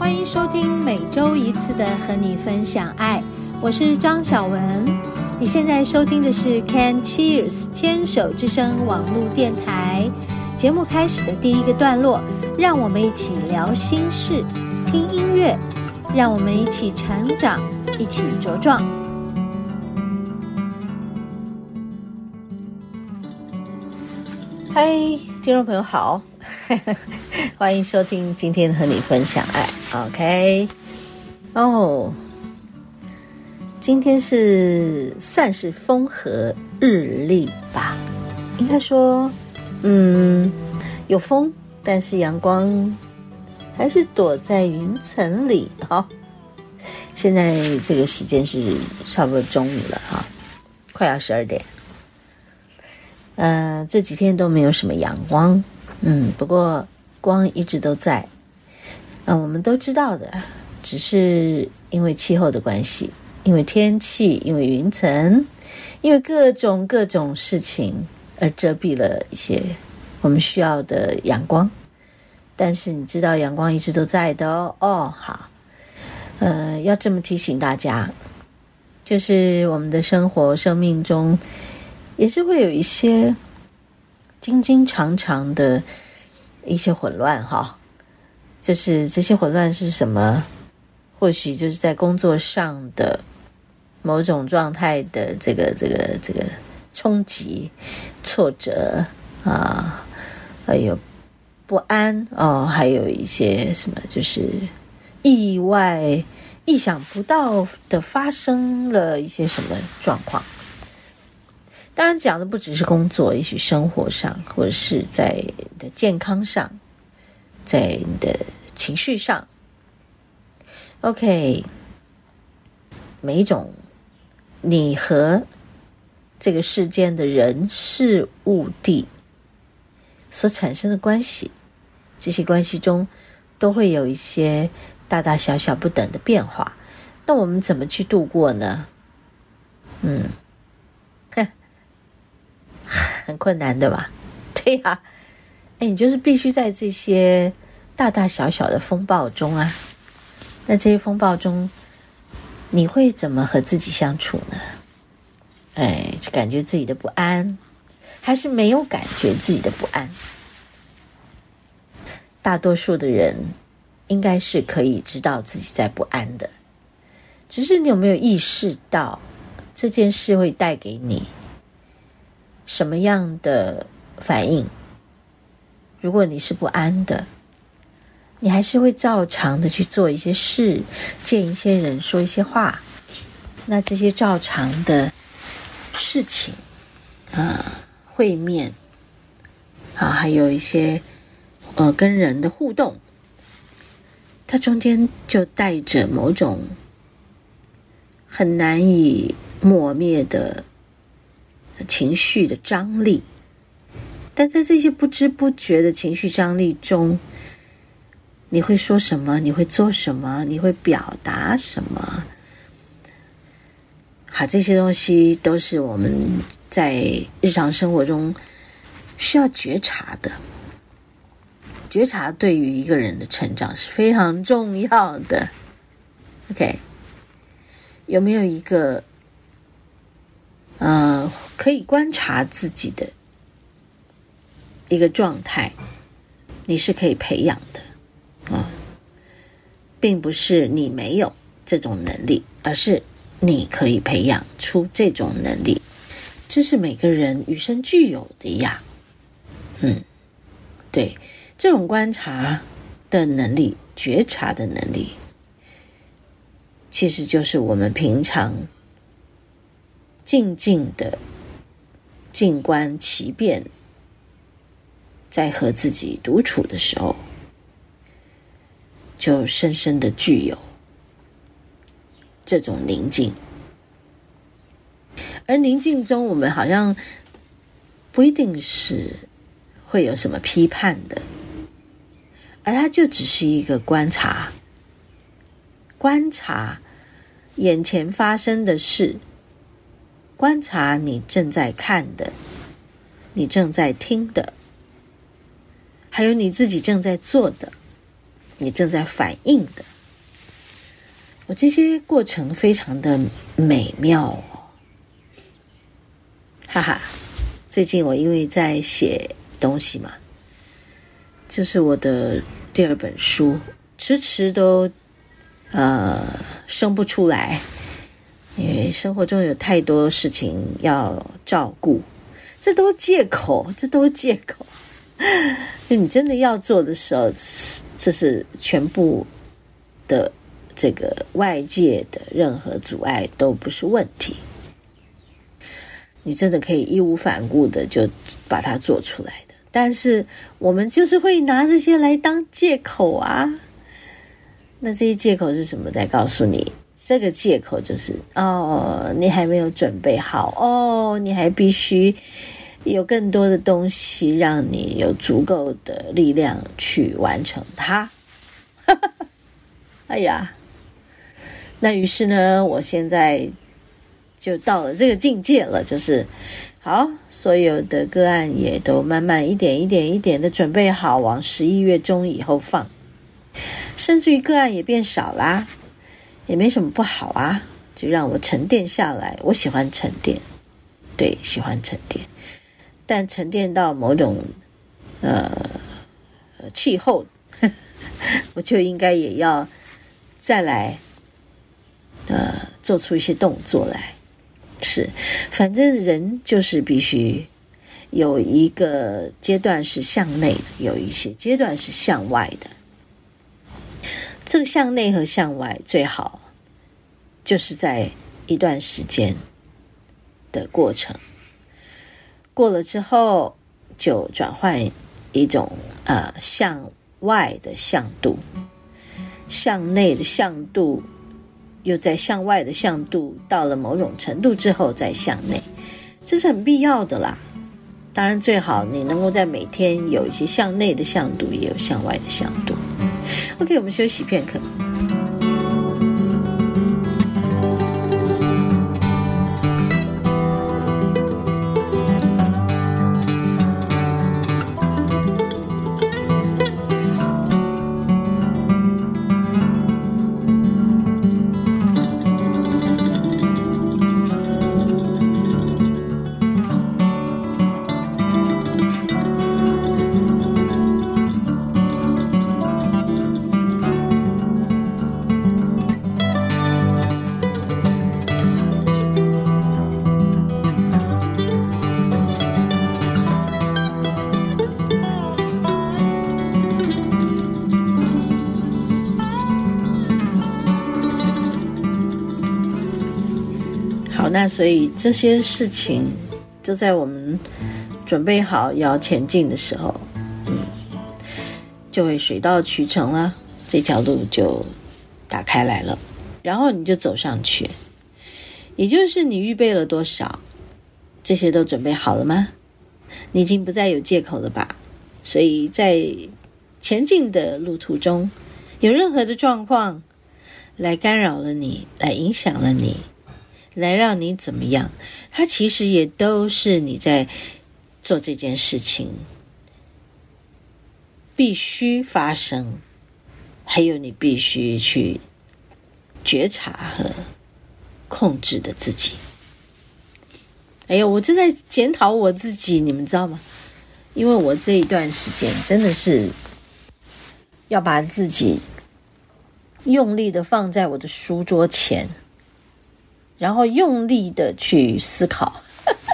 欢迎收听每周一次的和你分享爱，我是张小文。你现在收听的是 Can Cheers 牵手之声网络电台。节目开始的第一个段落，让我们一起聊心事，听音乐，让我们一起成长，一起茁壮。嗨，听众朋友好，欢迎收听今天和你分享爱。OK， 今天算是风和日丽吧，应该说有风，但是阳光还是躲在云层里。现在这个时间是差不多中午了，快要12点。这几天都没有什么阳光，不过光一直都在。我们都知道的，只是因为气候的关系，因为天气，因为云层，因为各种事情而遮蔽了一些我们需要的阳光。但是你知道阳光一直都在的哦。好，要这么提醒大家，就是我们的生命中也是会有一些经常的一些混乱就是这些混乱是什么？或许就是在工作上的某种状态的这个冲击、挫折还有不安还有一些什么就是意外、意想不到的发生了一些什么状况。当然讲的不只是工作，也许生活上，或者是在你的健康上，在你的情绪上。OK， 每一种你和这个世间的人事物地所产生的关系，这些关系中都会有一些大大小小不等的变化。那我们怎么去度过呢？很困难的吧？对呀，你就是必须在这些大大小小的风暴中啊。那这些风暴中，你会怎么和自己相处呢？感觉自己的不安，还是没有感觉自己的不安？大多数的人应该是可以知道自己在不安的，只是你有没有意识到这件事会带给你什么样的反应？如果你是不安的，你还是会照常的去做一些事，见一些人，说一些话。那这些照常的事情会面还有一些跟人的互动，它中间就带着某种很难以抹灭的情绪的张力。但在这些不知不觉的情绪张力中，你会说什么？你会做什么？你会表达什么？好，这些东西都是我们在日常生活中需要觉察的。觉察对于一个人的成长是非常重要的。OK， 有没有一个可以观察自己的一个状态，你是可以培养的并不是你没有这种能力，而是你可以培养出这种能力，这是每个人与生俱有的呀。对，这种观察的能力、觉察的能力，其实就是我们平常静静的静观其变，在和自己独处的时候，就深深的具有这种宁静。而宁静中，我们好像不一定是会有什么批判的，而它就只是一个观察眼前发生的事，观察你正在看的，你正在听的，还有你自己正在做的。 你正在反应的。我这些过程非常的美妙哦，哈哈。最近我因为在写东西嘛，就是我的第2本书，迟迟都生不出来，因为生活中有太多事情要照顾，这都是借口。就你真的要做的时候，这是全部的这个外界的任何阻碍都不是问题，你真的可以义无反顾的就把它做出来的。但是我们就是会拿这些来当借口啊。那这些借口是什么？在告诉你，这个借口就是你还没有准备好，你还必须有更多的东西让你有足够的力量去完成它。哎呀，那于是呢，我现在就到了这个境界了，就是好，所有的个案也都慢慢一点的准备好，往11月中以后放，甚至于个案也变少啦，也没什么不好啊，就让我沉淀下来。我喜欢沉淀，对，喜欢沉淀，但沉淀到某种气候我就应该也要再来做出一些动作来。是，反正人就是必须有一个阶段是向内的，有一些阶段是向外的。这个向内和向外最好就是在一段时间的过程过了之后，就转换一种向外的向度，向内的向度又在向外的向度到了某种程度之后再向内，这是很必要的啦。当然最好你能够在每天有一些向内的向度，也有向外的向度。OK， 我们休息片刻。那所以这些事情就在我们准备好要前进的时候，就会水到渠成了，这条路就打开来了，然后你就走上去。也就是你预备了多少，这些都准备好了吗？你已经不再有借口了吧？所以在前进的路途中，有任何的状况来干扰了你，来影响了你，来让你怎么样，它其实也都是你在做这件事情必须发生，还有你必须去觉察和控制的自己。哎呀，我正在检讨我自己，你们知道吗？因为我这一段时间真的是要把自己用力的放在我的书桌前，然后用力的去思考。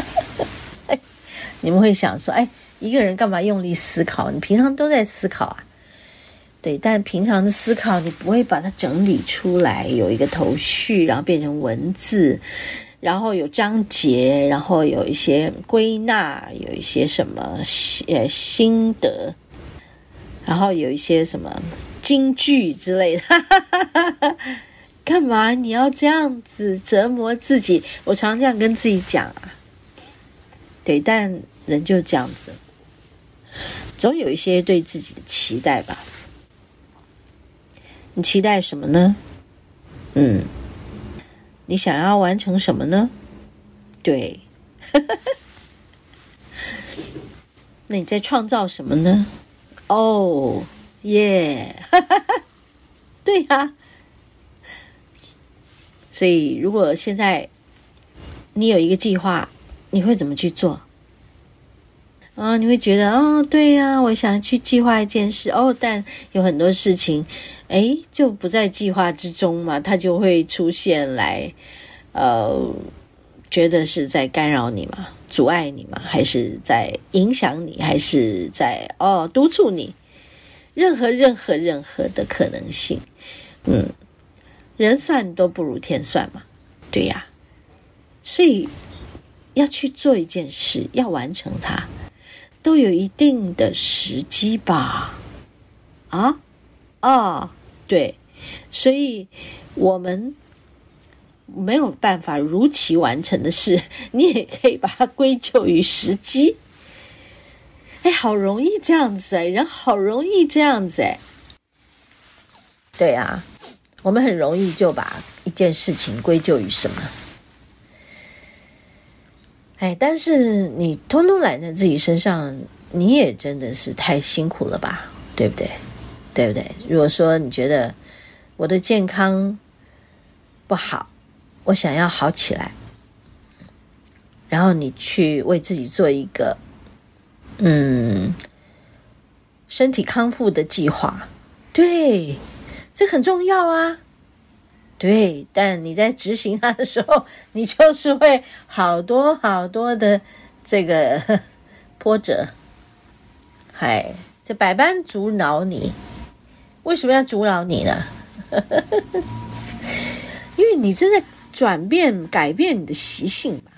你们会想说，一个人干嘛用力思考？你平常都在思考啊。对，但平常的思考你不会把它整理出来，有一个头绪，然后变成文字，然后有章节，然后有一些归纳，有一些什么心得，然后有一些什么金句之类的。干嘛你要这样子折磨自己？我常这样跟自己讲啊。对，但人就这样子，总有一些对自己的期待吧。你期待什么呢？你想要完成什么呢？对。那你在创造什么呢？ 耶，对呀。所以如果现在你有一个计划，你会怎么去做？你会觉得对呀，我想去计划一件事但有很多事情就不在计划之中嘛，它就会出现来觉得是在干扰你嘛，阻碍你嘛，还是在影响你，还是在督促你，任何的可能性。人算都不如天算嘛，对呀。所以要去做一件事，要完成它，都有一定的时机吧。对，所以我们没有办法如期完成的事，你也可以把它归咎于时机。好容易这样子人好容易这样子对啊，我们很容易就把一件事情归咎于什么但是你通通揽在自己身上，你也真的是太辛苦了吧，对不对？如果说你觉得我的健康不好，我想要好起来，然后你去为自己做一个身体康复的计划，对，这很重要啊。对，但你在执行它的时候，你就是会好多的这个波折，这百般阻挠你。为什么要阻挠你呢？因为你正在改变你的习性嘛。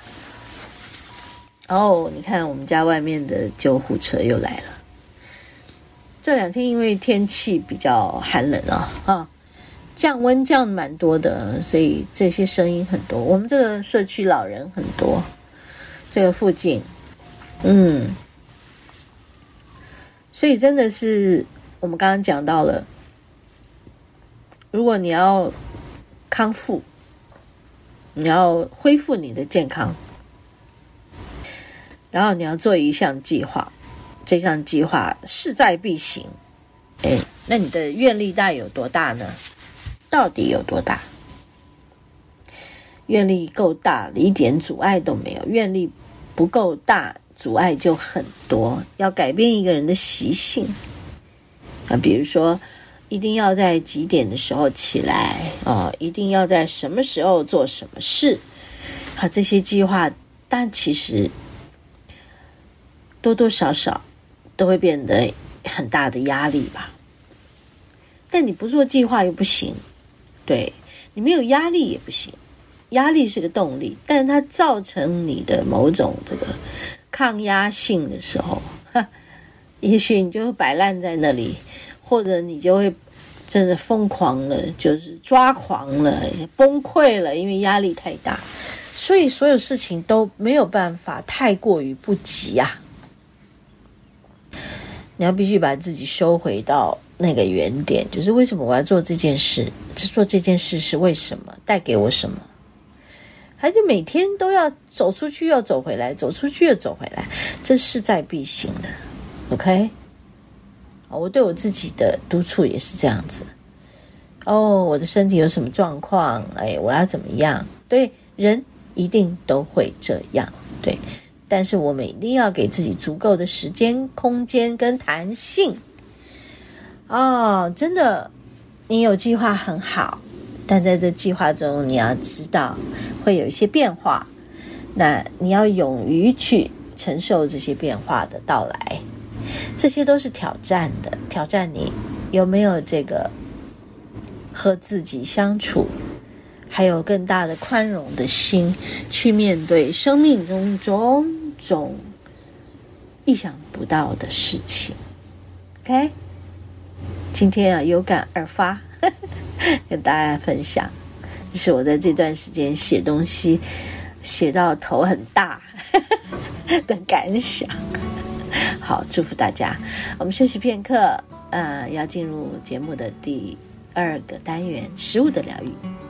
你看我们家外面的救护车又来了。这2天因为天气比较寒冷降温降蛮多的，所以这些声音很多。我们这个社区老人很多，这个附近所以真的是我们刚刚讲到了，如果你要康复，你要恢复你的健康，然后你要做一项计划，这项计划势在必行那你的愿力大有多大呢？到底有多大？愿力够大，一点阻碍都没有；愿力不够大，阻碍就很多。要改变一个人的习性比如说一定要在几点的时候起来一定要在什么时候做什么事这些计划，但其实多多少少都会变得很大的压力吧。但你不做计划又不行，对，你没有压力也不行。压力是个动力，但是它造成你的某种这个抗压性的时候也许你就会摆烂在那里，或者你就会真的疯狂了，就是抓狂了，崩溃了，因为压力太大。所以所有事情都没有办法太过于不急你要必须把自己收回到那个原点，就是为什么我要做这件事，做这件事是为什么，带给我什么。还就每天都要走出去又走回来，走出去又走回来，这势在必行的 OK。 我对我自己的督促也是这样子我的身体有什么状况我要怎么样，对，人一定都会这样，对，但是我们一定要给自己足够的时间、空间跟弹性真的，你有计划很好，但在这计划中你要知道会有一些变化，那你要勇于去承受这些变化的到来，这些都是挑战的，挑战你有没有这个和自己相处，还有更大的宽容的心去面对生命中种种意想不到的事情 OK。 今天有感而发跟大家分享，这是我在这段时间写东西写到头很大的感想。好，祝福大家。我们休息片刻要进入节目的第2个单元，食物的疗愈。